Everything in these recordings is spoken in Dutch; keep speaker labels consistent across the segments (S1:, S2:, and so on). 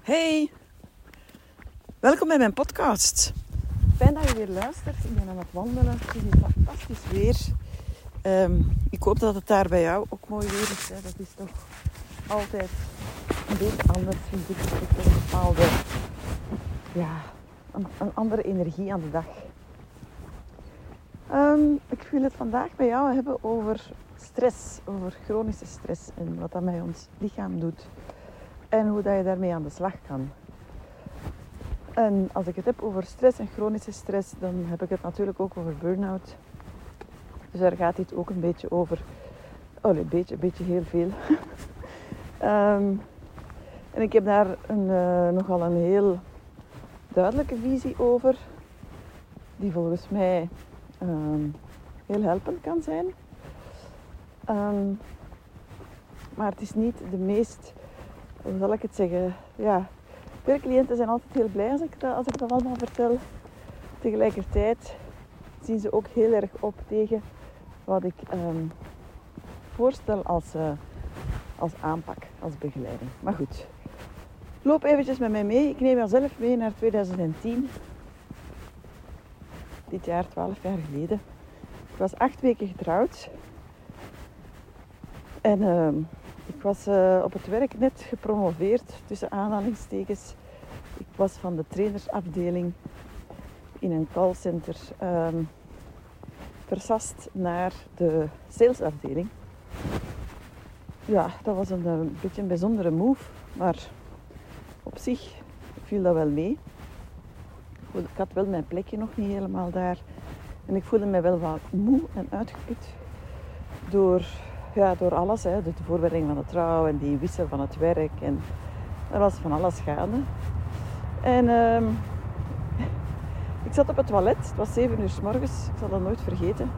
S1: Hey, welkom bij mijn podcast. Fijn dat je weer luistert. Ik ben aan het wandelen. Het is hier fantastisch weer. Ik hoop dat het daar bij jou ook mooi weer is. Hè. Dat is toch altijd een beetje anders, vind ik. Het is een bepaalde, een andere energie aan de dag. Ik wil het vandaag bij jou hebben over stress, over chronische stress en wat dat met ons lichaam doet. En hoe dat je daarmee aan de slag kan. En als ik het heb over stress en chronische stress, dan heb ik het natuurlijk ook over burn-out. Dus daar gaat dit ook een beetje over. Een beetje heel veel. En ik heb daar nogal een heel duidelijke visie over. Die volgens mij heel helpend kan zijn. Maar het is niet de meest... Hoe zal ik het zeggen? Ja, veel cliënten zijn altijd heel blij als ik dat allemaal vertel. Tegelijkertijd zien ze ook heel erg op tegen wat ik voorstel als aanpak, als begeleiding. Maar goed, loop eventjes met mij mee. Ik neem mezelf mee naar 2010. Dit jaar, 12 jaar geleden. Ik was 8 weken getrouwd. En... Ik was op het werk net gepromoveerd, tussen aanhalingstekens. Ik was van de trainersafdeling in een callcenter versast naar de salesafdeling. Ja, dat was een beetje een bijzondere move, maar op zich viel dat wel mee. Ik had wel mijn plekje nog niet helemaal daar. En ik voelde me wel wat moe en uitgeput door alles. Hè. De voorbereiding van de trouw en die wissel van het werk. En er was van alles gaande. En ik zat op het toilet. Het was 7 uur 's morgens. Ik zal dat nooit vergeten.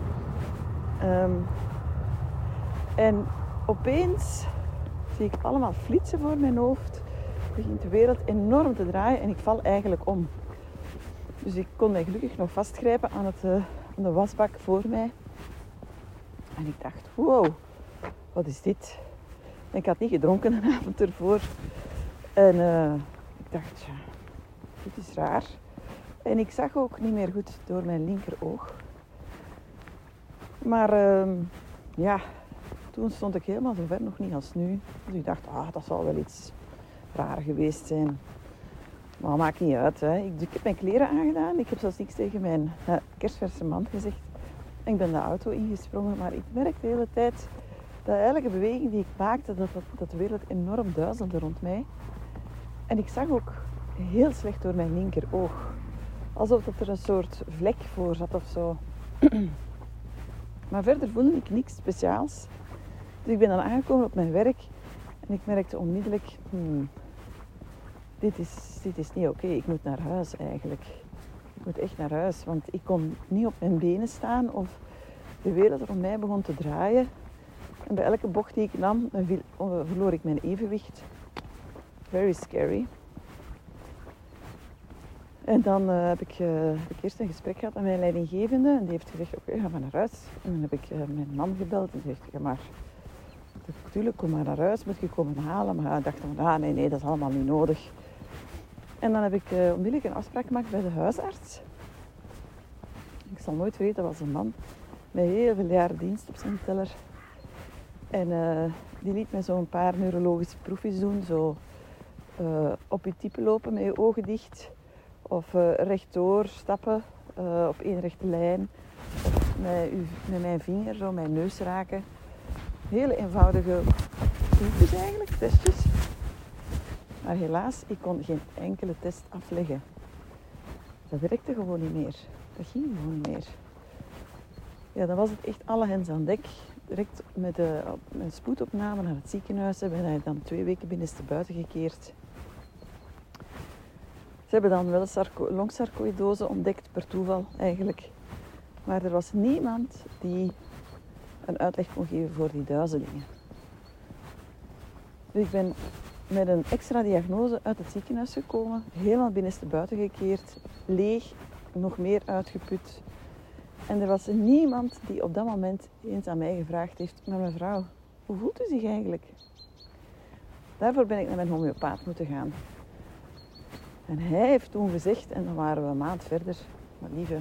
S1: En opeens zie ik allemaal flitsen voor mijn hoofd. Begint de wereld enorm te draaien en ik val eigenlijk om. Dus ik kon mij gelukkig nog vastgrijpen aan de wasbak voor mij. En ik dacht, wow, wat is dit? En ik had niet gedronken een avond ervoor. En ik dacht, ja, dit is raar. En ik zag ook niet meer goed door mijn linkeroog. Maar toen stond ik helemaal zo ver nog niet als nu. Dus ik dacht, dat zal wel iets raar geweest zijn. Maar maakt niet uit. Hè. Ik heb mijn kleren aangedaan. Ik heb zelfs niks tegen mijn kerstverse man gezegd. En ik ben de auto ingesprongen, maar ik merkte de hele tijd dat elke beweging die ik maakte, dat de wereld enorm duizelde rond mij. En ik zag ook heel slecht door mijn linkeroog. Alsof er een soort vlek voor zat of zo. Maar verder voelde ik niks speciaals. Dus ik ben dan aangekomen op mijn werk en ik merkte onmiddellijk, dit is niet oké. Ik moet naar huis eigenlijk. Ik moet echt naar huis, want ik kon niet op mijn benen staan of de wereld rond mij begon te draaien. En bij elke bocht die ik nam, verloor ik mijn evenwicht. Very scary. En dan heb ik eerst een gesprek gehad met mijn leidinggevende. En die heeft gezegd, oké, ga maar naar huis. En dan heb ik mijn man gebeld en die zegt, ja maar, natuurlijk, kom maar naar huis, moet je komen halen. Maar ik dacht van, nee, dat is allemaal niet nodig. En dan heb ik onmiddellijk een afspraak gemaakt bij de huisarts. Ik zal nooit vergeten, dat was een man met heel veel jaren dienst op zijn teller. En die liet mij zo een paar neurologische proefjes doen. Zo op je type lopen met je ogen dicht. Of rechtdoor stappen op één rechte lijn. Of met mijn vinger zo mijn neus raken. Hele eenvoudige proefjes eigenlijk, testjes. Maar helaas, ik kon geen enkele test afleggen. Dat werkte gewoon niet meer. Dat ging gewoon niet meer. Ja, dan was het echt alle hens aan dek. Direct met een spoedopname naar het ziekenhuis. Ben hij dan 2 weken binnenstebuiten gekeerd. Ze hebben dan wel longsarcoïdose ontdekt, per toeval eigenlijk. Maar er was niemand die een uitleg kon geven voor die duizelingen. Dus ik ben met een extra diagnose uit het ziekenhuis gekomen. Helemaal binnenstebuiten gekeerd. Leeg, nog meer uitgeput. En er was niemand die op dat moment eens aan mij gevraagd heeft: maar mevrouw, hoe voelt u zich eigenlijk? Daarvoor ben ik naar mijn homeopaat moeten gaan. En hij heeft toen gezegd, en dan waren we een maand verder, maar lieve,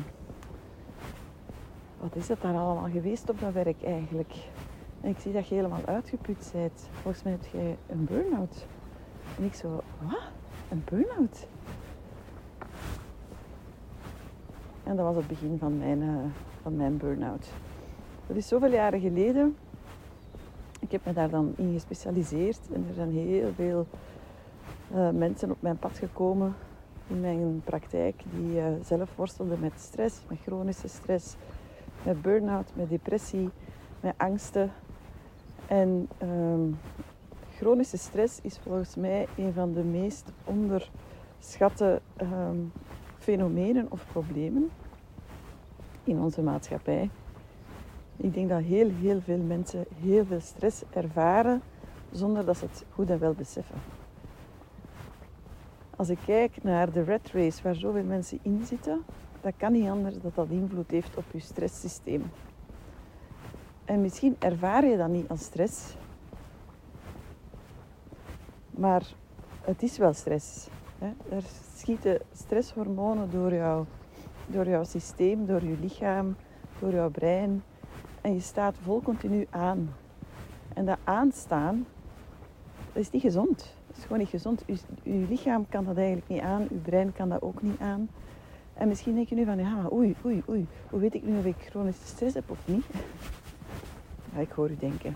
S1: wat is het daar allemaal geweest op dat werk eigenlijk? En ik zie dat je helemaal uitgeput bent. Volgens mij heb jij een burn-out. En ik zo, wat? Een burn-out? En dat was het begin van mijn burn-out. Dat is zoveel jaren geleden. Ik heb me daar dan in gespecialiseerd. En er zijn heel veel mensen op mijn pad gekomen in mijn praktijk die zelf worstelden met stress, met chronische stress, met burn-out, met depressie, met angsten. En chronische stress is volgens mij een van de meest onderschatte fenomenen of problemen in onze maatschappij. Ik denk dat heel veel mensen heel veel stress ervaren zonder dat ze het goed en wel beseffen. Als ik kijk naar de rat race waar zoveel mensen in zitten, dat kan niet anders dat dat invloed heeft op je stresssysteem. En misschien ervaar je dat niet als stress, maar het is wel stress. Er schieten stresshormonen door jouw systeem, door je lichaam, door jouw brein. En je staat vol continu aan. En dat aanstaan, dat is niet gezond. Dat is gewoon niet gezond. Je lichaam kan dat eigenlijk niet aan, je brein kan dat ook niet aan. En misschien denk je nu van, ja, maar oei, hoe weet ik nu of ik chronische stress heb of niet? Ja, ik hoor u denken.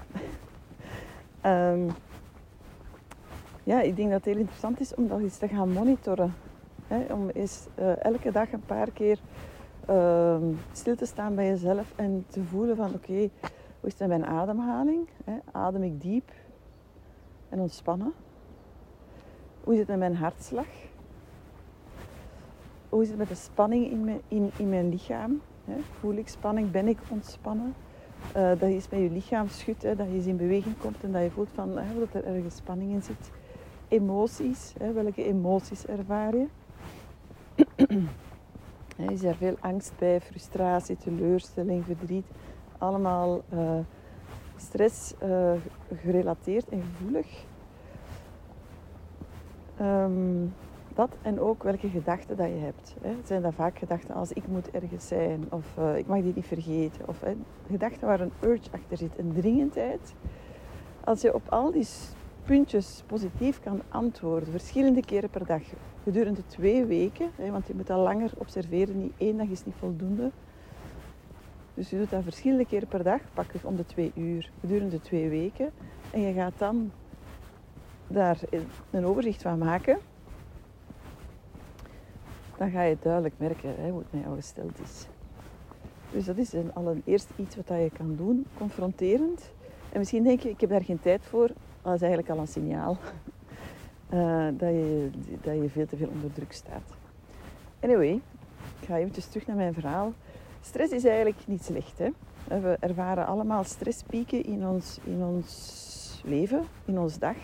S1: Ja, ik denk dat het heel interessant is om dat eens te gaan monitoren. Om eens elke dag een paar keer stil te staan bij jezelf en te voelen van oké, hoe is het met mijn ademhaling? Adem ik diep en ontspannen? Hoe is het met mijn hartslag? Hoe is het met de spanning in mijn lichaam? Voel ik spanning? Ben ik ontspannen? Dat je eens met je lichaam schudt, dat je eens in beweging komt en dat je voelt van, dat er ergens spanning in zit. Emoties, welke emoties ervaar je? Is er veel angst bij, frustratie, teleurstelling, verdriet? Allemaal stress gerelateerd en gevoelig. Dat en ook welke gedachten dat je hebt. Zijn dat vaak gedachten als ik moet ergens zijn of ik mag dit niet vergeten. Of gedachten waar een urge achter zit, een dringendheid. Als je op al die puntjes positief kan antwoorden, verschillende keren per dag, gedurende 2 weken, want je moet dat langer observeren, niet 1 dag is niet voldoende. Dus je doet dat verschillende keren per dag, pakweg om de 2 uur, gedurende 2 weken. En je gaat dan daar een overzicht van maken. Dan ga je duidelijk merken hoe het met jou gesteld is. Dus dat is allereerst iets wat je kan doen, confronterend. En misschien denk je, ik heb daar geen tijd voor. Dat is eigenlijk al een signaal dat je veel te veel onder druk staat. Anyway, ik ga eventjes terug naar mijn verhaal. Stress is eigenlijk niet slecht. We ervaren allemaal stresspieken in ons leven, in ons dag.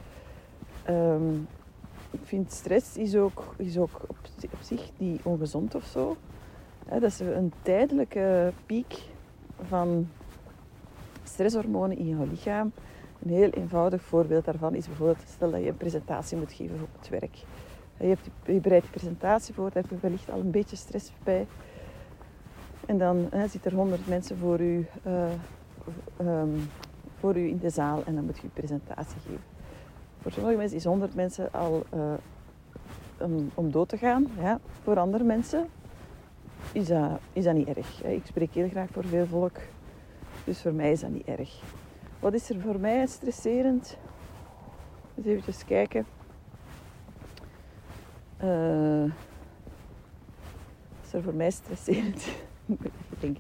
S1: Ik vind stress is ook op zich niet ongezond of zo. Dat is een tijdelijke piek van stresshormonen in je lichaam. Een heel eenvoudig voorbeeld daarvan is bijvoorbeeld, stel dat je een presentatie moet geven op het werk. Je bereidt je presentatie voor, daar heb je wellicht al een beetje stress bij. En dan zitten er 100 mensen voor u in de zaal en dan moet je je presentatie geven. Voor sommige mensen is 100 mensen al om dood te gaan. Ja. Voor andere mensen is dat niet erg. Ik spreek heel graag voor veel volk, dus voor mij is dat niet erg. Wat is er voor mij stresserend? Eens even kijken. Wat is er voor mij stresserend? Ik moet even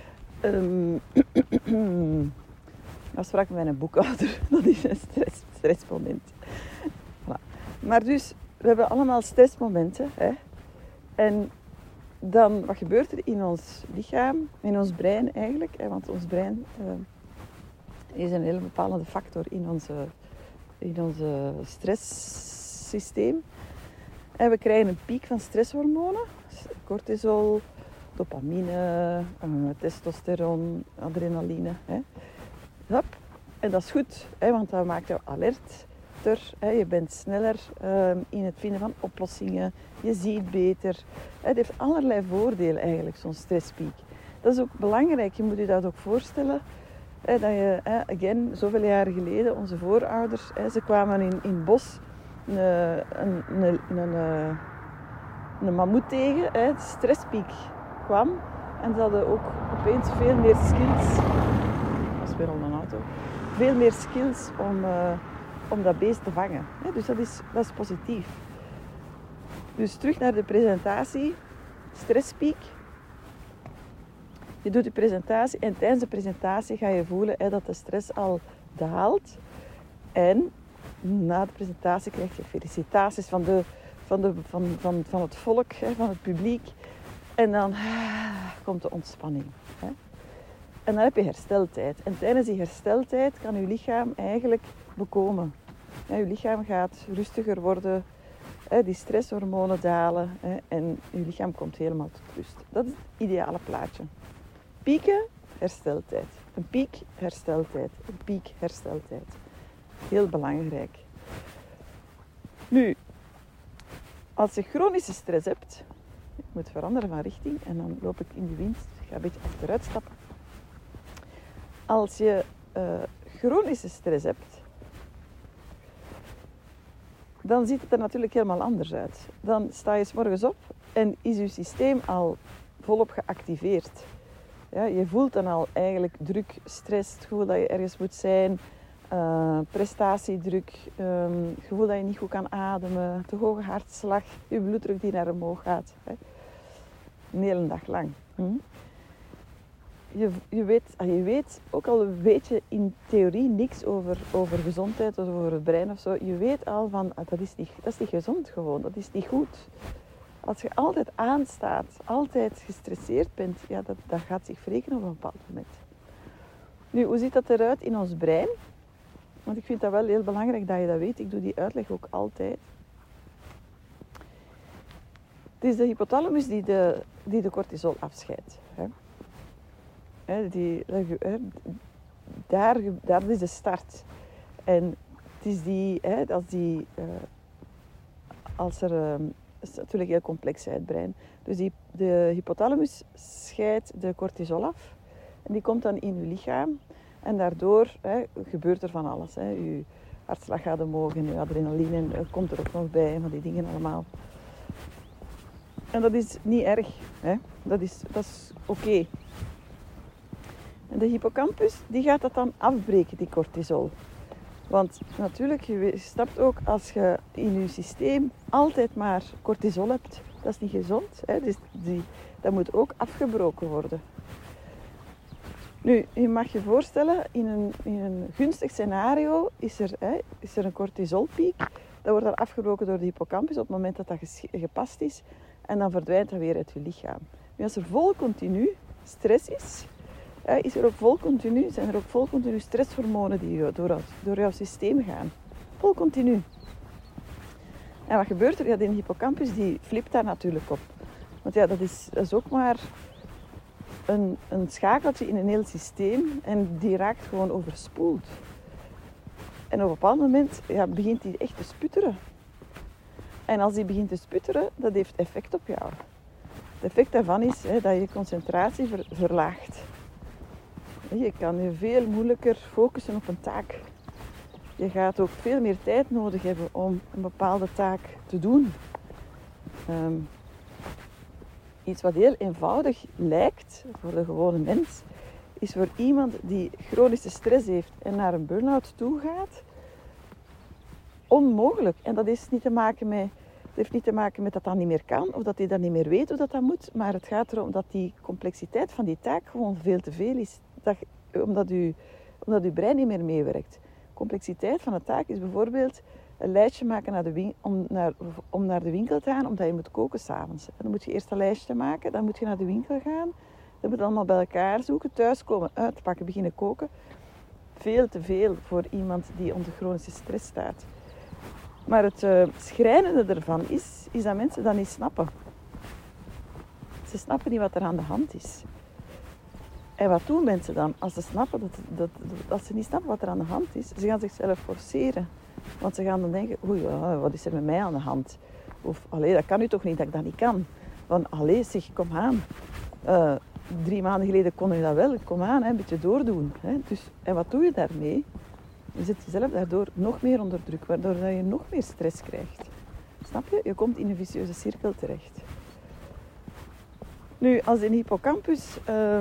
S1: denken. Afspraak met mijn boekhouder, dat is een stressmoment. Voilà. Maar dus, we hebben allemaal stressmomenten. En dan, wat gebeurt er in ons lichaam, in ons brein eigenlijk? Want ons brein is een hele bepalende factor in onze stresssysteem. En we krijgen een piek van stresshormonen. Cortisol, dopamine, testosteron, adrenaline. Hup. En dat is goed, want dat maakt jou alert. alerter, je bent sneller in het vinden van oplossingen, je ziet beter. Het heeft allerlei voordelen eigenlijk, zo'n stresspiek. Dat is ook belangrijk, je moet je dat ook voorstellen. Dat je, again, zoveel jaren geleden, onze voorouders, ze kwamen in het bos een mammoet tegen, de stresspiek kwam. En ze hadden ook opeens veel meer skills, dat is weer al een auto, veel meer skills om dat beest te vangen. Dus dat is positief. Dus terug naar de presentatie, stresspiek. Je doet de presentatie en tijdens de presentatie ga je voelen dat de stress al daalt. En na de presentatie krijg je felicitaties van het volk, van het publiek. En dan komt de ontspanning. En dan heb je hersteltijd. En tijdens die hersteltijd kan je lichaam eigenlijk bekomen. Je lichaam gaat rustiger worden. Die stresshormonen dalen. En je lichaam komt helemaal tot rust. Dat is het ideale plaatje. Pieken, hersteltijd. Een piek, hersteltijd. Een piek, hersteltijd. Heel belangrijk. Nu, als je chronische stress hebt... Ik moet veranderen van richting en dan loop ik in de wind. Ik ga een beetje achteruit stappen. Als je chronische stress hebt, dan ziet het er natuurlijk helemaal anders uit. Dan sta je 's morgens op en is je systeem al volop geactiveerd. Ja, je voelt dan al eigenlijk druk, stress, het gevoel dat je ergens moet zijn, prestatiedruk, het gevoel dat je niet goed kan ademen, te hoge hartslag, je bloeddruk die naar omhoog gaat. Een hele dag lang. Je weet, ook al weet je in theorie niks over gezondheid of over het brein of zo, je weet al van, dat is niet gezond gewoon, dat is niet goed. Als je altijd aanstaat, altijd gestresseerd bent, ja, dat gaat zich wreken op een bepaald moment. Nu, hoe ziet dat eruit in ons brein? Want ik vind dat wel heel belangrijk dat je dat weet. Ik doe die uitleg ook altijd. Het is de hypothalamus die de cortisol afscheidt. Daar is de start. En het is het is natuurlijk heel complex, het brein. Dus de hypothalamus scheidt de cortisol af. En die komt dan in je lichaam. En daardoor gebeurt er van alles. Je hartslag gaat omhoog en je adrenaline komt er ook nog bij. En van die dingen allemaal. En dat is niet erg. Dat is oké. En de hippocampus die gaat dat dan afbreken, die cortisol. Want natuurlijk, je snapt ook, als je in je systeem altijd maar cortisol hebt, dat is niet gezond. Dus dat moet ook afgebroken worden. Nu, je mag je voorstellen, in een gunstig scenario is er een cortisolpiek. Dat wordt dan afgebroken door de hippocampus op het moment dat dat gepast is. En dan verdwijnt dat weer uit je lichaam. Nu, als er vol continu stress is, zijn er ook vol continu stresshormonen die door jouw systeem gaan. Vol continu. En wat gebeurt er? Ja, die hippocampus die flipt daar natuurlijk op. Want ja, dat is ook maar een schakeltje in een heel systeem en die raakt gewoon overspoeld. En op een bepaald moment begint die echt te sputteren. En als die begint te sputteren, dat heeft effect op jou. Het effect daarvan is dat je concentratie verlaagt. Je kan je veel moeilijker focussen op een taak. Je gaat ook veel meer tijd nodig hebben om een bepaalde taak te doen. Iets wat heel eenvoudig lijkt voor de gewone mens, is voor iemand die chronische stress heeft en naar een burn-out toe gaat, onmogelijk. En dat heeft niet te maken met dat dat niet meer kan of dat hij dan niet meer weet hoe dat moet, maar het gaat erom dat die complexiteit van die taak gewoon veel te veel is. Omdat je brein niet meer meewerkt. Complexiteit van de taak is bijvoorbeeld een lijstje maken om naar de winkel te gaan, omdat je moet koken 's avonds. Dan moet je eerst een lijstje maken, dan moet je naar de winkel gaan. Dan moet je allemaal bij elkaar zoeken, thuiskomen, uitpakken, beginnen koken. Veel te veel voor iemand die onder chronische stress staat. Maar het schrijnende ervan is dat mensen dat niet snappen. Ze snappen niet wat er aan de hand is. En wat doen mensen dan? Als ze niet snappen wat er aan de hand is, ze gaan zichzelf forceren. Want ze gaan dan denken, oei, wat is er met mij aan de hand? Of, allee, dat kan u toch niet, dat ik dat niet kan? Van, allee, zeg, kom aan. 3 maanden geleden kon je dat wel. Kom aan, een beetje doordoen. Hè. Dus, en wat doe je daarmee? Je zet jezelf daardoor nog meer onder druk, waardoor je nog meer stress krijgt. Snap je? Je komt in een vicieuze cirkel terecht. Nu, als een hippocampus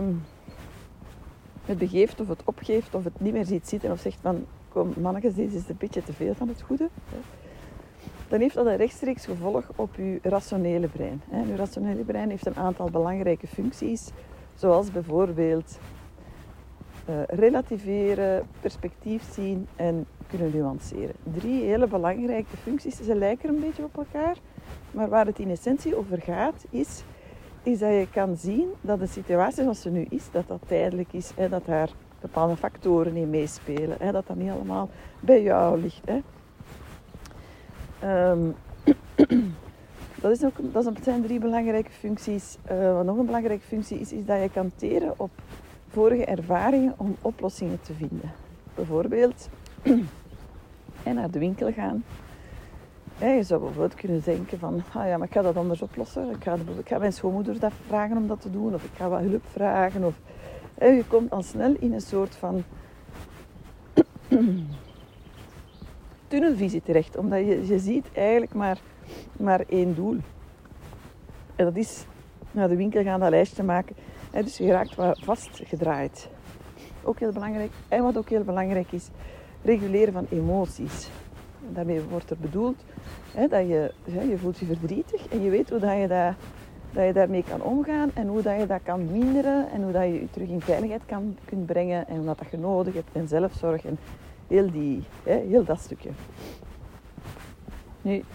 S1: het begeeft of het opgeeft of het niet meer ziet zitten of zegt van, kom mannetjes, dit is een beetje te veel van het goede, hè, dan heeft dat een rechtstreeks gevolg op je rationele brein. Je rationele brein heeft een aantal belangrijke functies, zoals bijvoorbeeld relativeren, perspectief zien en kunnen nuanceren. 3 hele belangrijke functies. Ze lijken een beetje op elkaar, maar waar het in essentie over gaat, is dat je kan zien dat de situatie zoals ze nu is, dat dat tijdelijk is, hè, dat daar bepaalde factoren in meespelen, hè, dat dat niet allemaal bij jou ligt. Hè. Dat zijn 3 belangrijke functies. Wat nog een belangrijke functie is dat je kan teren op vorige ervaringen om oplossingen te vinden. Bijvoorbeeld naar de winkel gaan. Je zou bijvoorbeeld kunnen denken van, maar ik ga dat anders oplossen. Ik ga mijn schoonmoeder dat vragen om dat te doen. Of ik ga wat hulp vragen. Of, je komt al snel in een soort van tunnelvisie terecht. Omdat je ziet eigenlijk maar 1 doel. En dat is naar de winkel gaan, dat lijstje maken. Dus je raakt wat vastgedraaid. Ook heel belangrijk. En wat ook heel belangrijk is, reguleren van emoties. En daarmee wordt er bedoeld dat je voelt je verdrietig en je weet hoe dat je daarmee kan omgaan en hoe dat je dat kan minderen en hoe dat je je terug in veiligheid kunt brengen en wat dat je nodig hebt en zelfzorg en heel dat stukje. Nu,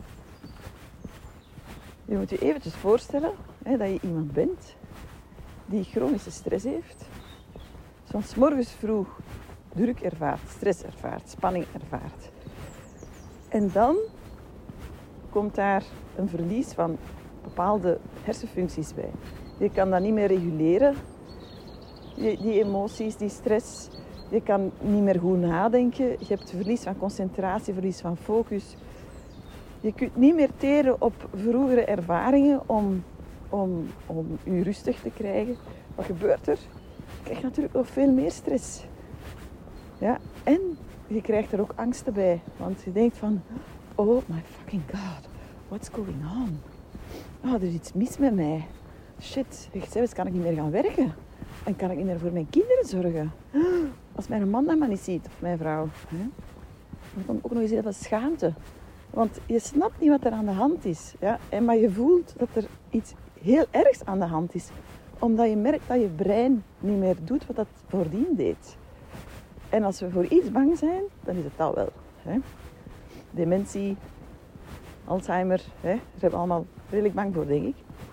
S1: je moet je eventjes voorstellen dat je iemand bent die chronische stress heeft. Zo'n 's morgens vroeg druk ervaart, stress ervaart, spanning ervaart. En dan komt daar een verlies van bepaalde hersenfuncties bij. Je kan dat niet meer reguleren, die emoties, die stress. Je kan niet meer goed nadenken. Je hebt verlies van concentratie, verlies van focus. Je kunt niet meer teren op vroegere ervaringen om je rustig te krijgen. Wat gebeurt er? Je krijgt natuurlijk nog veel meer stress. Ja, en je krijgt er ook angsten bij. Want je denkt van, oh my fucking god, what's going on? Oh, er is iets mis met mij. Shit, zelfs kan ik niet meer gaan werken. En kan ik niet meer voor mijn kinderen zorgen. Als mijn man dat maar niet ziet, of mijn vrouw. Dan komt ook nog eens heel veel schaamte. Want je snapt niet wat er aan de hand is. Ja? Maar je voelt dat er iets heel ergs aan de hand is. Omdat je merkt dat je brein niet meer doet wat dat voordien deed. En als we voor iets bang zijn, dan is het dat wel. Hè? Dementie, Alzheimer, daar zijn we allemaal redelijk bang voor, denk ik.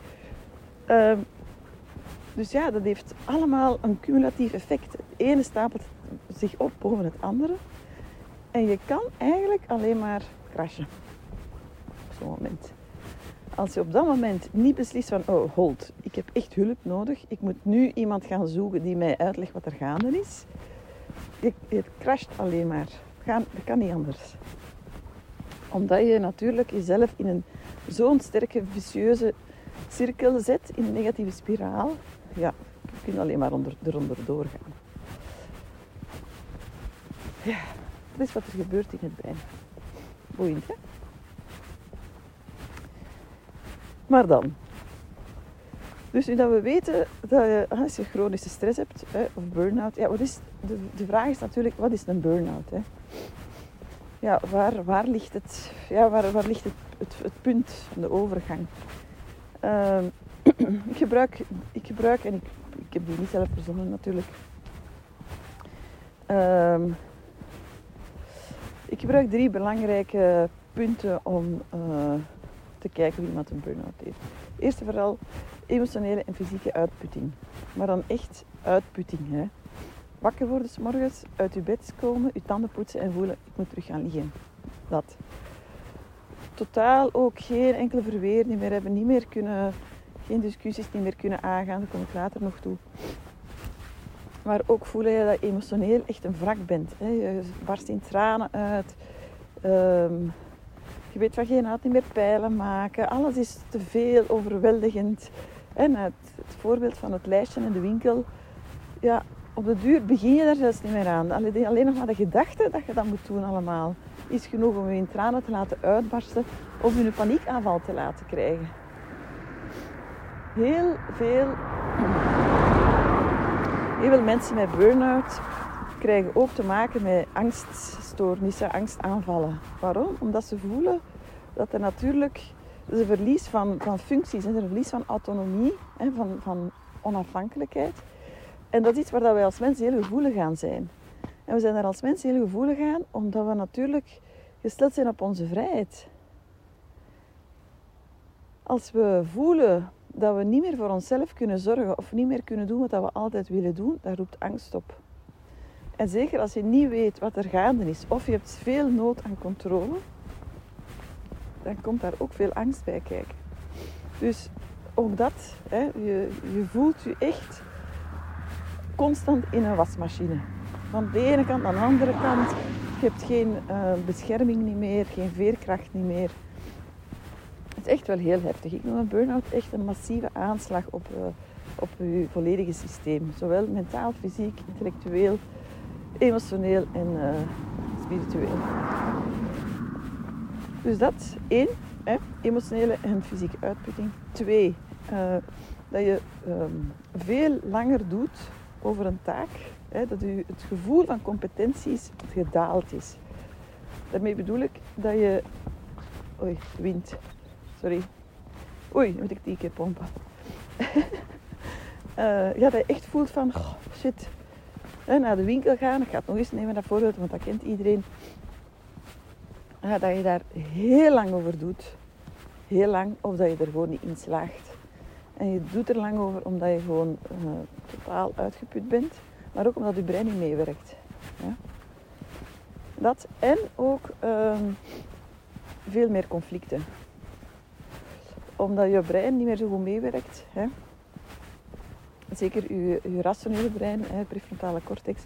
S1: Dus ja, dat heeft allemaal een cumulatief effect. Het ene stapelt zich op boven het andere. En je kan eigenlijk alleen maar crashen. Op zo'n moment. Als je op dat moment niet beslist van, oh hold, ik heb echt hulp nodig. Ik moet nu iemand gaan zoeken die mij uitlegt wat er gaande is. Je crasht alleen maar. Dat kan niet anders. Omdat je natuurlijk jezelf in zo'n sterke, vicieuze cirkel zet, in een negatieve spiraal. Ja, je kunt alleen maar eronder doorgaan. Ja, dat is wat er gebeurt in het brein. Boeiend, hè? Maar dan. Dus nu dat we weten dat je, als je chronische stress hebt, of burn-out. Ja, de vraag is natuurlijk, wat is een burn-out? Hè? Ja, waar ligt het? Ja, waar ligt het punt van de overgang? Ik gebruik, en ik heb die niet zelf verzonnen natuurlijk. Ik gebruik 3 belangrijke punten om te kijken hoe iemand een burn-out heeft. Eerst en vooral emotionele en fysieke uitputting. Maar dan echt uitputting. Hè. Wakker worden 's morgens, uit je bed komen, je tanden poetsen en voelen, ik moet terug gaan liggen. Dat. Totaal ook geen enkele verweer meer hebben, geen discussies niet meer kunnen aangaan, daar kom ik later nog toe. Maar ook voelen je dat je emotioneel echt een wrak bent. Hè. Je barst in tranen uit. Je weet van geen had niet meer pijlen maken. Alles is te veel, overweldigend. En het voorbeeld van het lijstje in de winkel. Ja, op de duur begin je daar zelfs niet meer aan. Alleen nog maar de gedachte dat je dat moet doen allemaal. Is genoeg om je in tranen te laten uitbarsten. Of je een paniekaanval te laten krijgen. Heel veel mensen met burn-out krijgen ook te maken met angststoornissen, angstaanvallen. Waarom? Omdat ze voelen dat er natuurlijk een verlies van functies, een verlies van autonomie, van onafhankelijkheid. En dat is iets waar wij als mensen heel gevoelig aan zijn. En we zijn daar als mensen heel gevoelig aan, omdat we natuurlijk gesteld zijn op onze vrijheid. Als we voelen dat we niet meer voor onszelf kunnen zorgen of niet meer kunnen doen wat we altijd willen doen, dan roept angst op. En zeker als je niet weet wat er gaande is of je hebt veel nood aan controle, dan komt daar ook veel angst bij kijken. Dus ook dat, je voelt je echt constant in een wasmachine. Van de ene kant naar de andere kant. Je hebt geen bescherming niet meer, geen veerkracht niet meer. Het is echt wel heel heftig. Ik noem een burn-out echt een massieve aanslag op je volledige systeem. Zowel mentaal, fysiek, intellectueel, emotioneel en spiritueel. Dus dat, 1, emotionele en fysieke uitputting. 2, dat je veel langer doet over een taak. Dat het gevoel van competenties gedaald is. Daarmee bedoel ik dat je... Oei, wind. Sorry. Oei, nu moet ik die keer pompen. Dat je echt voelt van... Oh, shit. Naar de winkel gaan. Ik ga het nog eens nemen, dat voorbeeld, want dat kent iedereen. Dat je daar heel lang over doet. Heel lang. Of dat je er gewoon niet in slaagt. En je doet er lang over omdat je gewoon totaal uitgeput bent. Maar ook omdat je brein niet meewerkt. Ja? Dat en ook veel meer conflicten. Omdat je brein niet meer zo goed meewerkt. Hè? Zeker je rationele brein, het prefrontale cortex.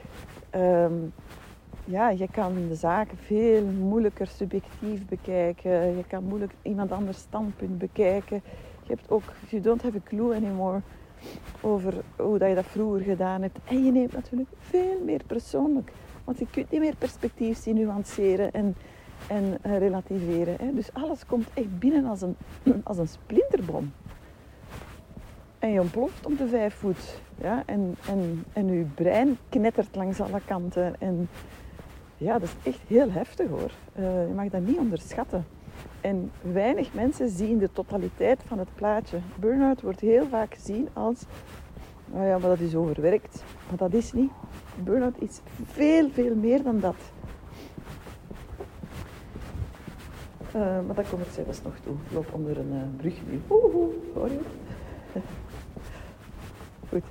S1: Je kan de zaken veel moeilijker subjectief bekijken. Je kan moeilijk iemand anders standpunt bekijken. You don't have a clue anymore over hoe dat je dat vroeger gedaan hebt. En je neemt natuurlijk veel meer persoonlijk. Want je kunt niet meer perspectief zien, nuanceren en relativeren. Hè. Dus alles komt echt binnen als een splinterbom. En je ontploft om de 5 voet. Ja? En je brein knettert langs alle kanten. En ja, dat is echt heel heftig hoor. Je mag dat niet onderschatten. En weinig mensen zien de totaliteit van het plaatje. Burn-out wordt heel vaak gezien als... Nou ja, maar dat is overwerkt. Maar dat is niet. Burn-out is veel, veel meer dan dat. Maar daar kom ik zelfs nog toe. Ik loop onder een brug nu. Hoor je? Goed.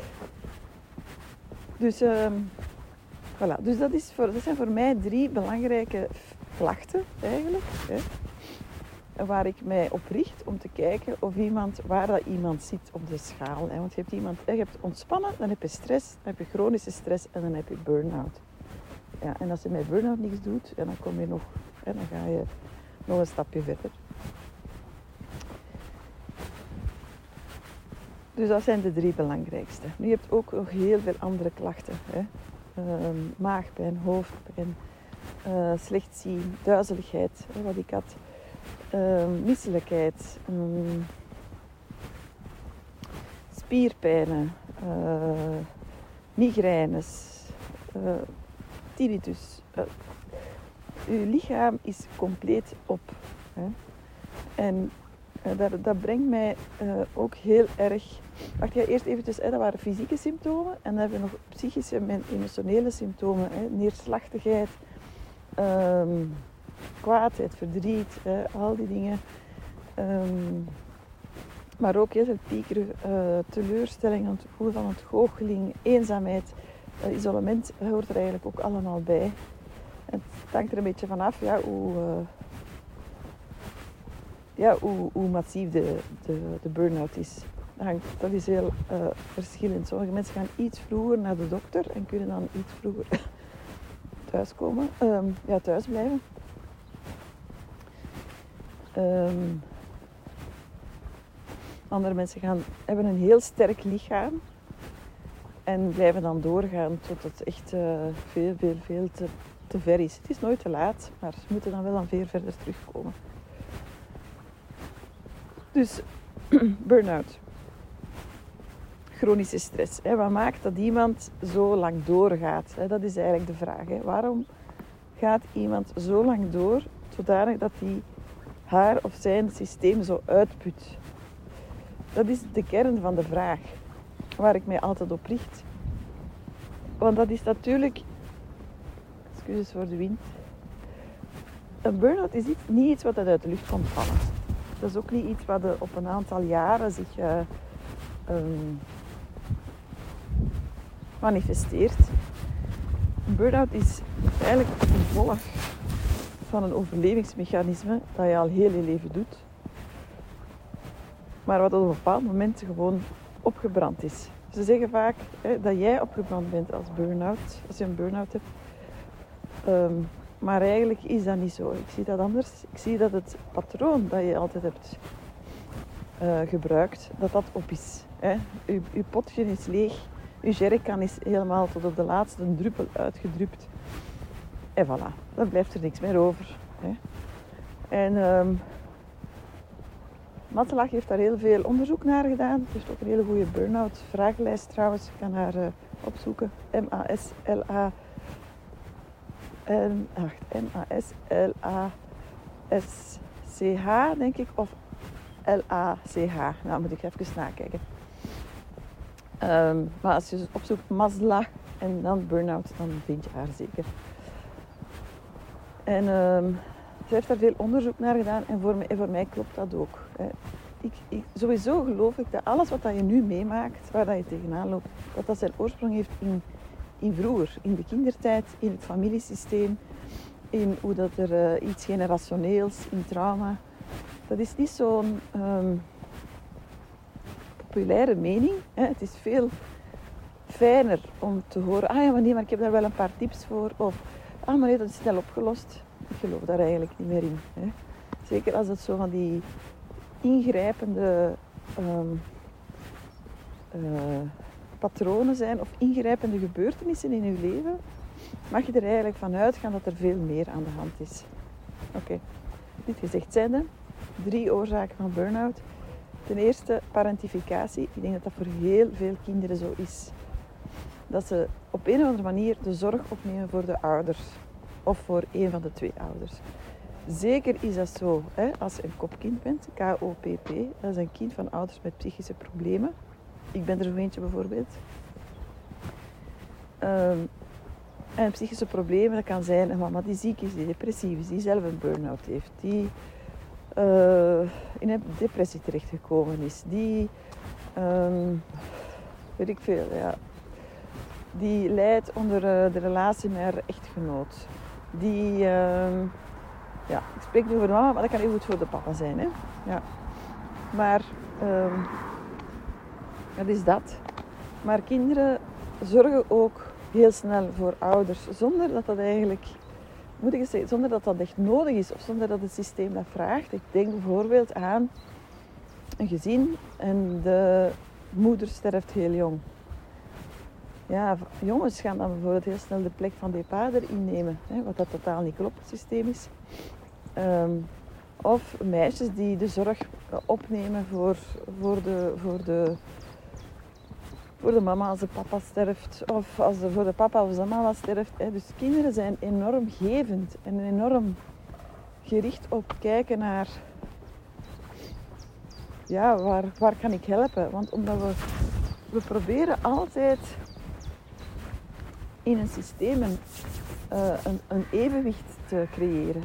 S1: Dus, voilà. Dus dat zijn voor mij 3 belangrijke klachten eigenlijk. Hè. Waar ik mij op richt om te kijken waar dat iemand zit op de schaal. Hè. Want je hebt ontspannen, dan heb je stress, dan heb je chronische stress en dan heb je burn-out. Ja, en als je met burn-out niks doet, ja, dan kom je nog, hè, dan ga je nog een stapje verder. Dus dat zijn de 3 belangrijkste. Nu, je hebt ook nog heel veel andere klachten. Hè. Maagpijn, hoofdpijn, slecht zien, duizeligheid, hè, wat ik had. Misselijkheid, spierpijnen, migraines, tinnitus. Je lichaam is compleet op. Hè. En dat brengt mij ook heel erg... Wacht, ja, eerst eventjes, dat waren fysieke symptomen. En dan hebben we nog psychische en emotionele symptomen. Hè. Neerslachtigheid, kwaadheid, verdriet, al die dingen. Maar ook heel veel piekeren, teleurstelling, het gevoel van ontgoocheling, eenzaamheid, isolement hoort er eigenlijk ook allemaal bij. Het hangt er een beetje vanaf hoe massief de burn-out is. Dat is heel verschillend. Sommige mensen gaan iets vroeger naar de dokter en kunnen dan iets vroeger thuis blijven. Andere mensen hebben een heel sterk lichaam en blijven dan doorgaan tot het echt veel te ver is. Het is nooit te laat, maar ze moeten dan wel dan veel verder terugkomen. Dus burn-out. Chronische stress. Wat maakt dat iemand zo lang doorgaat? Dat is eigenlijk de vraag. Waarom gaat iemand zo lang door zodanig dat hij haar of zijn systeem zo uitput? Dat is de kern van de vraag waar ik mij altijd op richt. Want dat is natuurlijk... Excuses voor de wind. Een burn-out is niet iets wat uit de lucht komt vallen. Dat is ook niet iets wat op een aantal jaren zich manifesteert. Een burn-out is eigenlijk het gevolg van een overlevingsmechanisme dat je al heel je leven doet. Maar wat op een bepaald moment gewoon opgebrand is. Ze zeggen vaak dat jij opgebrand bent als je een burn-out hebt. Maar eigenlijk is dat niet zo. Ik zie dat anders. Ik zie dat het patroon dat je altijd hebt gebruikt, dat op is. Je potje is leeg. Je jerrycan is helemaal tot op de laatste druppel uitgedrupt. En voilà, dan blijft er niks meer over. En Mattelach heeft daar heel veel onderzoek naar gedaan. Ze heeft ook een hele goede burn-out vragenlijst trouwens. Je kan haar opzoeken. M-A-S-L-A-S-C-H denk ik. Of L-A-C-H. Nou moet ik even nakijken. Maar als je opzoekt Maslow en dan burn-out, dan vind je haar zeker. En ze heeft daar veel onderzoek naar gedaan en voor mij klopt dat ook. Sowieso geloof ik dat alles wat je nu meemaakt, waar dat je tegenaan loopt, dat zijn oorsprong heeft in vroeger, in de kindertijd, in het familiesysteem, in hoe dat er iets generationeels, in trauma. Dat is niet zo'n populaire mening. Het is veel fijner om te horen, ah ja, maar nee, maar ik heb daar wel een paar tips voor. Of, ah maar nee, dat is snel opgelost. Ik geloof daar eigenlijk niet meer in. Zeker als het zo van die ingrijpende patronen zijn of ingrijpende gebeurtenissen in je leven, mag je er eigenlijk van uitgaan dat er veel meer aan de hand is. Oké. Dit gezegd zijnde, 3 oorzaken van burn-out. Ten eerste, parentificatie. Ik denk dat dat voor heel veel kinderen zo is. Dat ze op een of andere manier de zorg opnemen voor de ouders. Of voor een van de 2 ouders. Zeker is dat zo als je een kopkind bent, KOPP. Dat is een kind van ouders met psychische problemen. Ik ben er zo eentje bijvoorbeeld. En psychische problemen, dat kan zijn een mama die ziek is, die depressief is, die zelf een burn-out heeft, die in een depressie terechtgekomen is, die, weet ik veel, ja, die lijdt onder de relatie met haar echtgenoot. Die, ja, ik spreek nu over de mama, maar dat kan heel goed voor de papa zijn. Hè? Ja. Maar, dat is dat. Maar kinderen zorgen ook heel snel voor ouders, zonder dat dat eigenlijk, moet ik eens zeggen, zonder dat dat echt nodig is of zonder dat het systeem dat vraagt. Ik denk bijvoorbeeld aan een gezin en de moeder sterft heel jong. Ja, jongens gaan dan bijvoorbeeld heel snel de plek van de vader innemen, wat dat totaal niet klopt, het systeem is. Of meisjes die de zorg opnemen voor de mama als de papa sterft, of als voor de papa of de mama sterft. Dus kinderen zijn enorm gevend en enorm gericht op kijken naar, ja, waar kan ik helpen? Want omdat we proberen altijd in een systeem een evenwicht te creëren.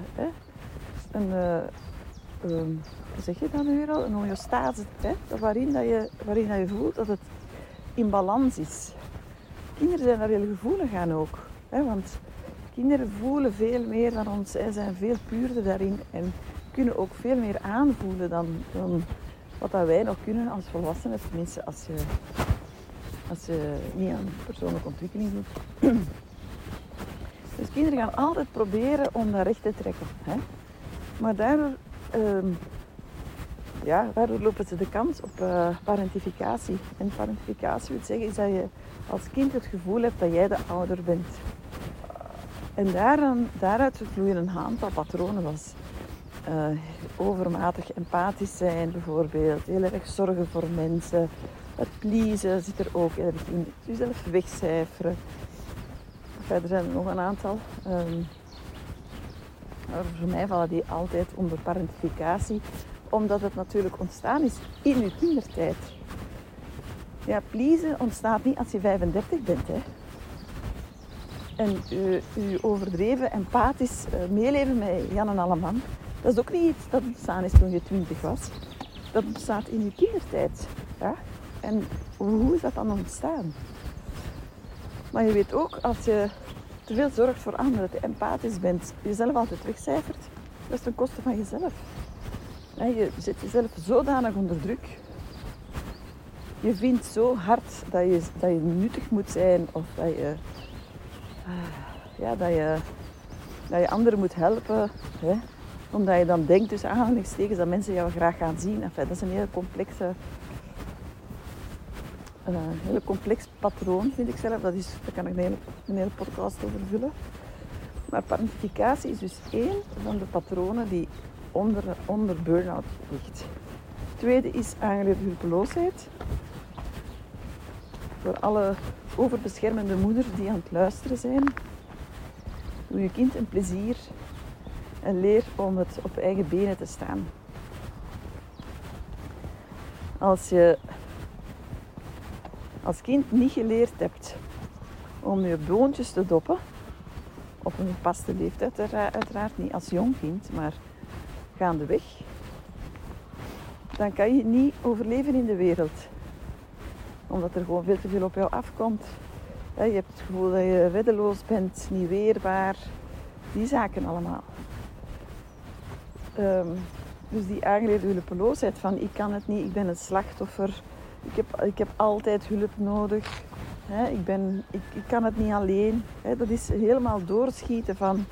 S1: Hoe zeg je dat nu weer al? Een homeostase, waarin je voelt dat het in balans is. Kinderen zijn daar heel gevoelig aan ook. Want kinderen voelen veel meer dan ons. Zij zijn veel puurder daarin en kunnen ook veel meer aanvoelen dan wat dat wij nog kunnen als volwassenen. Tenminste, als je niet aan persoonlijke ontwikkeling doet. Dus kinderen gaan altijd proberen om dat recht te trekken. Maar daardoor Daardoor lopen ze de kans op parentificatie. En parentificatie wil zeggen is dat je als kind het gevoel hebt dat jij de ouder bent. En daaruit vloeien een aantal patronen als overmatig empathisch zijn bijvoorbeeld, heel erg zorgen voor mensen, het pleasen zit er ook erg in, jezelf wegcijferen. Verder zijn er nog een aantal. Maar voor mij vallen die altijd onder parentificatie, omdat het natuurlijk ontstaan is in je kindertijd. Ja, pleasen ontstaat niet als je 35 bent, hè. En je overdreven empathisch meeleven met Jan en Alleman, dat is ook niet iets dat ontstaan is toen je 20 was. Dat ontstaat in je kindertijd. Ja? En hoe is dat dan ontstaan? Maar je weet ook, als je te veel zorgt voor anderen, te empathisch bent, jezelf altijd wegcijfert, dat is ten koste van jezelf. Ja, je zet jezelf zodanig onder druk. Je vindt zo hard dat je nuttig moet zijn of dat je anderen moet helpen. Hè? Omdat je dan denkt, tussen aanhalingstekens, dat mensen jou graag gaan zien. Enfin, dat is een heel complex patroon, vind ik zelf. Daar kan ik een hele podcast over vullen. Maar parentificatie is dus één van de patronen die onder burn-out ligt. Het tweede is aangeleerde hulpeloosheid. Voor alle overbeschermende moeders die aan het luisteren zijn. Doe je kind een plezier en leer om het op eigen benen te staan. Als je als kind niet geleerd hebt om je boontjes te doppen, op een gepaste leeftijd uiteraard niet als jong kind, maar gaandeweg, dan kan je niet overleven in de wereld. Omdat er gewoon veel te veel op jou afkomt. Je hebt het gevoel dat je reddeloos bent, niet weerbaar. Die zaken allemaal. Dus die aangeleerde hulpeloosheid van ik kan het niet, ik ben het slachtoffer. Ik heb altijd hulp nodig. Ik kan het niet alleen. Dat is helemaal doorschieten van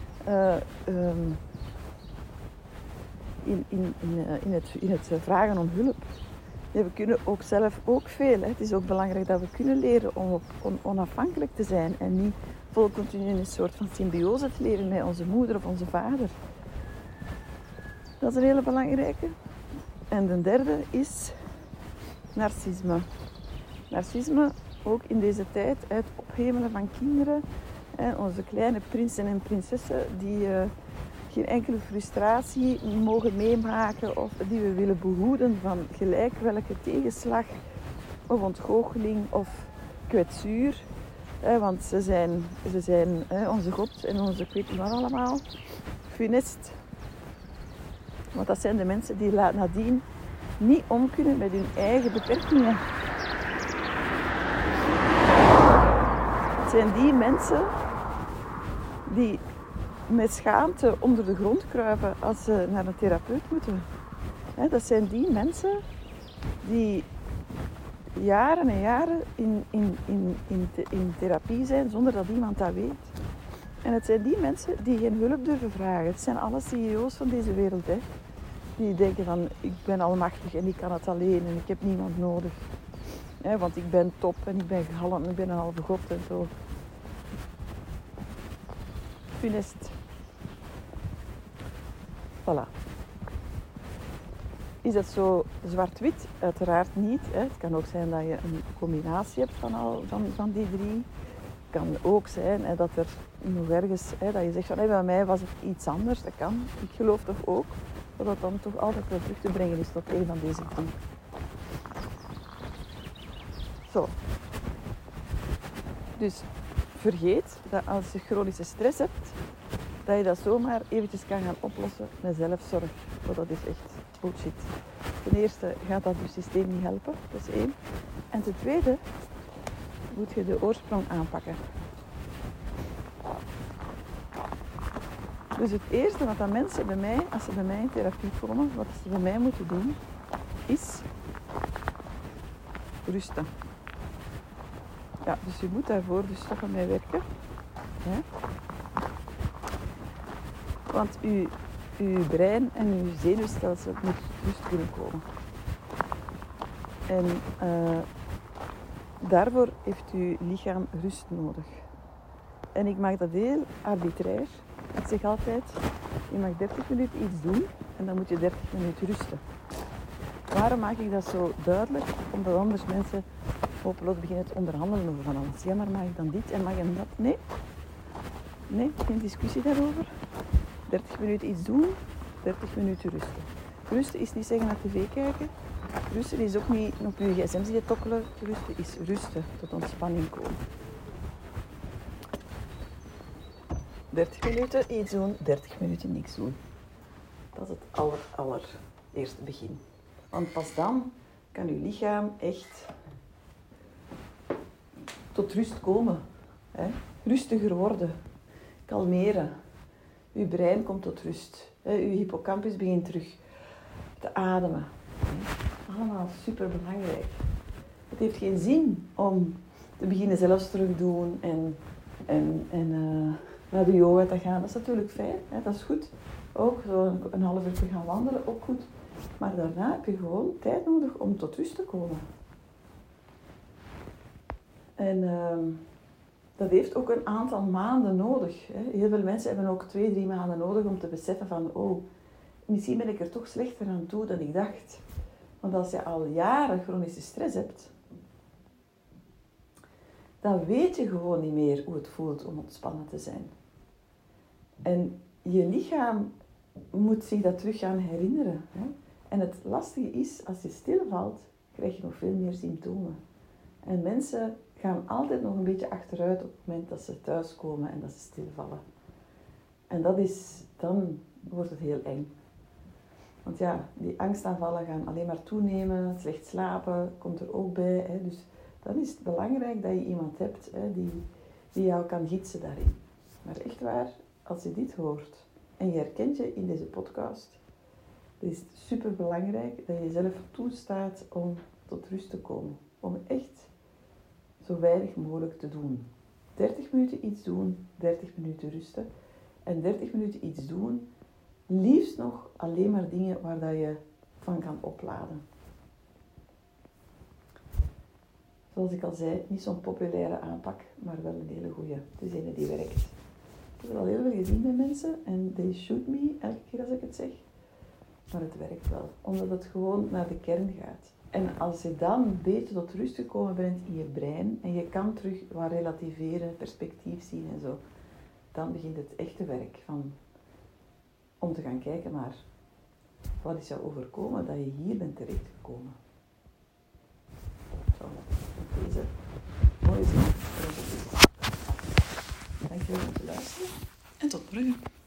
S1: in het vragen om hulp. Ja, we kunnen ook zelf ook veel. Het is ook belangrijk dat we kunnen leren om onafhankelijk te zijn en niet continu in een soort van symbiose te leven met onze moeder of onze vader. Dat is een hele belangrijke. En de derde is narcisme. Narcisme, ook in deze tijd, het ophemelen van kinderen. Onze kleine prinsen en prinsessen die geen enkele frustratie mogen meemaken of die we willen behoeden van gelijk welke tegenslag of ontgoocheling of kwetsuur. Want ze zijn onze God en onze ik weet niet wat allemaal. Funest. Want dat zijn de mensen die nadien niet om kunnen met hun eigen beperkingen. Het zijn die mensen die met schaamte onder de grond kruipen als ze naar een therapeut moeten. Dat zijn die mensen die jaren en jaren in therapie zijn zonder dat iemand dat weet. En het zijn die mensen die geen hulp durven vragen. Het zijn alle CEO's van deze wereld. Hè. Die denken van ik ben almachtig en ik kan het alleen en ik heb niemand nodig. Want ik ben top en ik ben galm en ik ben een halve god en zo. Funest. Voilà. Is dat zo zwart-wit? Uiteraard niet. Hè. Het kan ook zijn dat je een combinatie hebt van die drie. Het kan ook zijn dat er nog ergens, dat je zegt van bij mij was het iets anders. Dat kan. Ik geloof toch ook dat het dan toch altijd wel terug te brengen is tot een van deze drie. Zo. Dus vergeet dat als je chronische stress hebt, dat je dat zomaar eventjes kan gaan oplossen met zelfzorg. Want dat is echt bullshit. Ten eerste gaat dat je systeem niet helpen, dat is één. En ten tweede moet je de oorsprong aanpakken. Dus het eerste wat dat mensen bij mij, als ze bij mij in therapie komen, wat ze bij mij moeten doen, is rusten. Ja, dus je moet daarvoor dus stoppen met werken. Ja. Want uw brein en uw zenuwstelsel moet rust kunnen komen. En daarvoor heeft uw lichaam rust nodig. En ik maak dat heel arbitrair. Ik zeg altijd, je mag 30 minuten iets doen en dan moet je 30 minuten rusten. Waarom maak ik dat zo duidelijk? Omdat anders mensen hopeloos beginnen te onderhandelen over van alles. Ja, maar mag ik dan dit en mag ik dat? Nee, geen discussie daarover. 30 minuten iets doen, 30 minuten rusten. Rusten is niet zeggen naar tv kijken. Rusten is ook niet op je gsm zitten tokkelen. Rusten is rusten, tot ontspanning komen. 30 minuten iets doen, 30 minuten niks doen. Dat is het allereerste begin. Want pas dan kan uw lichaam echt tot rust komen. Rustiger worden, kalmeren. Uw brein komt tot rust. Uw hippocampus begint terug te ademen. Allemaal super belangrijk. Het heeft geen zin om te beginnen zelfs terug doen en naar de yoga te gaan. Dat is natuurlijk fijn, dat is goed. Ook zo een half uur te gaan wandelen, ook goed. Maar daarna heb je gewoon tijd nodig om tot rust te komen. En dat heeft ook een aantal maanden nodig. Heel veel mensen hebben ook 2-3 maanden nodig om te beseffen van, misschien ben ik er toch slechter aan toe dan ik dacht. Want als je al jaren chronische stress hebt, dan weet je gewoon niet meer hoe het voelt om ontspannen te zijn. En je lichaam moet zich dat terug gaan herinneren. En het lastige is, als je stilvalt, krijg je nog veel meer symptomen. En mensen gaan altijd nog een beetje achteruit op het moment dat ze thuiskomen en dat ze stilvallen. En dan wordt het heel eng. Want ja, die angstaanvallen gaan alleen maar toenemen, slecht slapen komt er ook bij. Dus dan is het belangrijk dat je iemand hebt die jou kan gidsen daarin. Maar echt waar, als je dit hoort en je herkent je in deze podcast, dan is het super belangrijk dat je jezelf toestaat om tot rust te komen. Om echt zo weinig mogelijk te doen. 30 minuten iets doen, 30 minuten rusten. En 30 minuten iets doen, liefst nog alleen maar dingen waar dat je van kan opladen. Zoals ik al zei, niet zo'n populaire aanpak, maar wel een hele goeie. Het is een die werkt. Ik heb het al heel veel gezien bij mensen en they shoot me elke keer als ik het zeg. Maar het werkt wel, omdat het gewoon naar de kern gaat. En als je dan beter tot rust gekomen bent in je brein en je kan terug wat relativeren, perspectief zien en zo, dan begint het echte werk om te gaan kijken naar wat is jou overkomen dat je hier bent terechtgekomen. Zo, met deze mooie zin. Dankjewel voor het luisteren en tot morgen.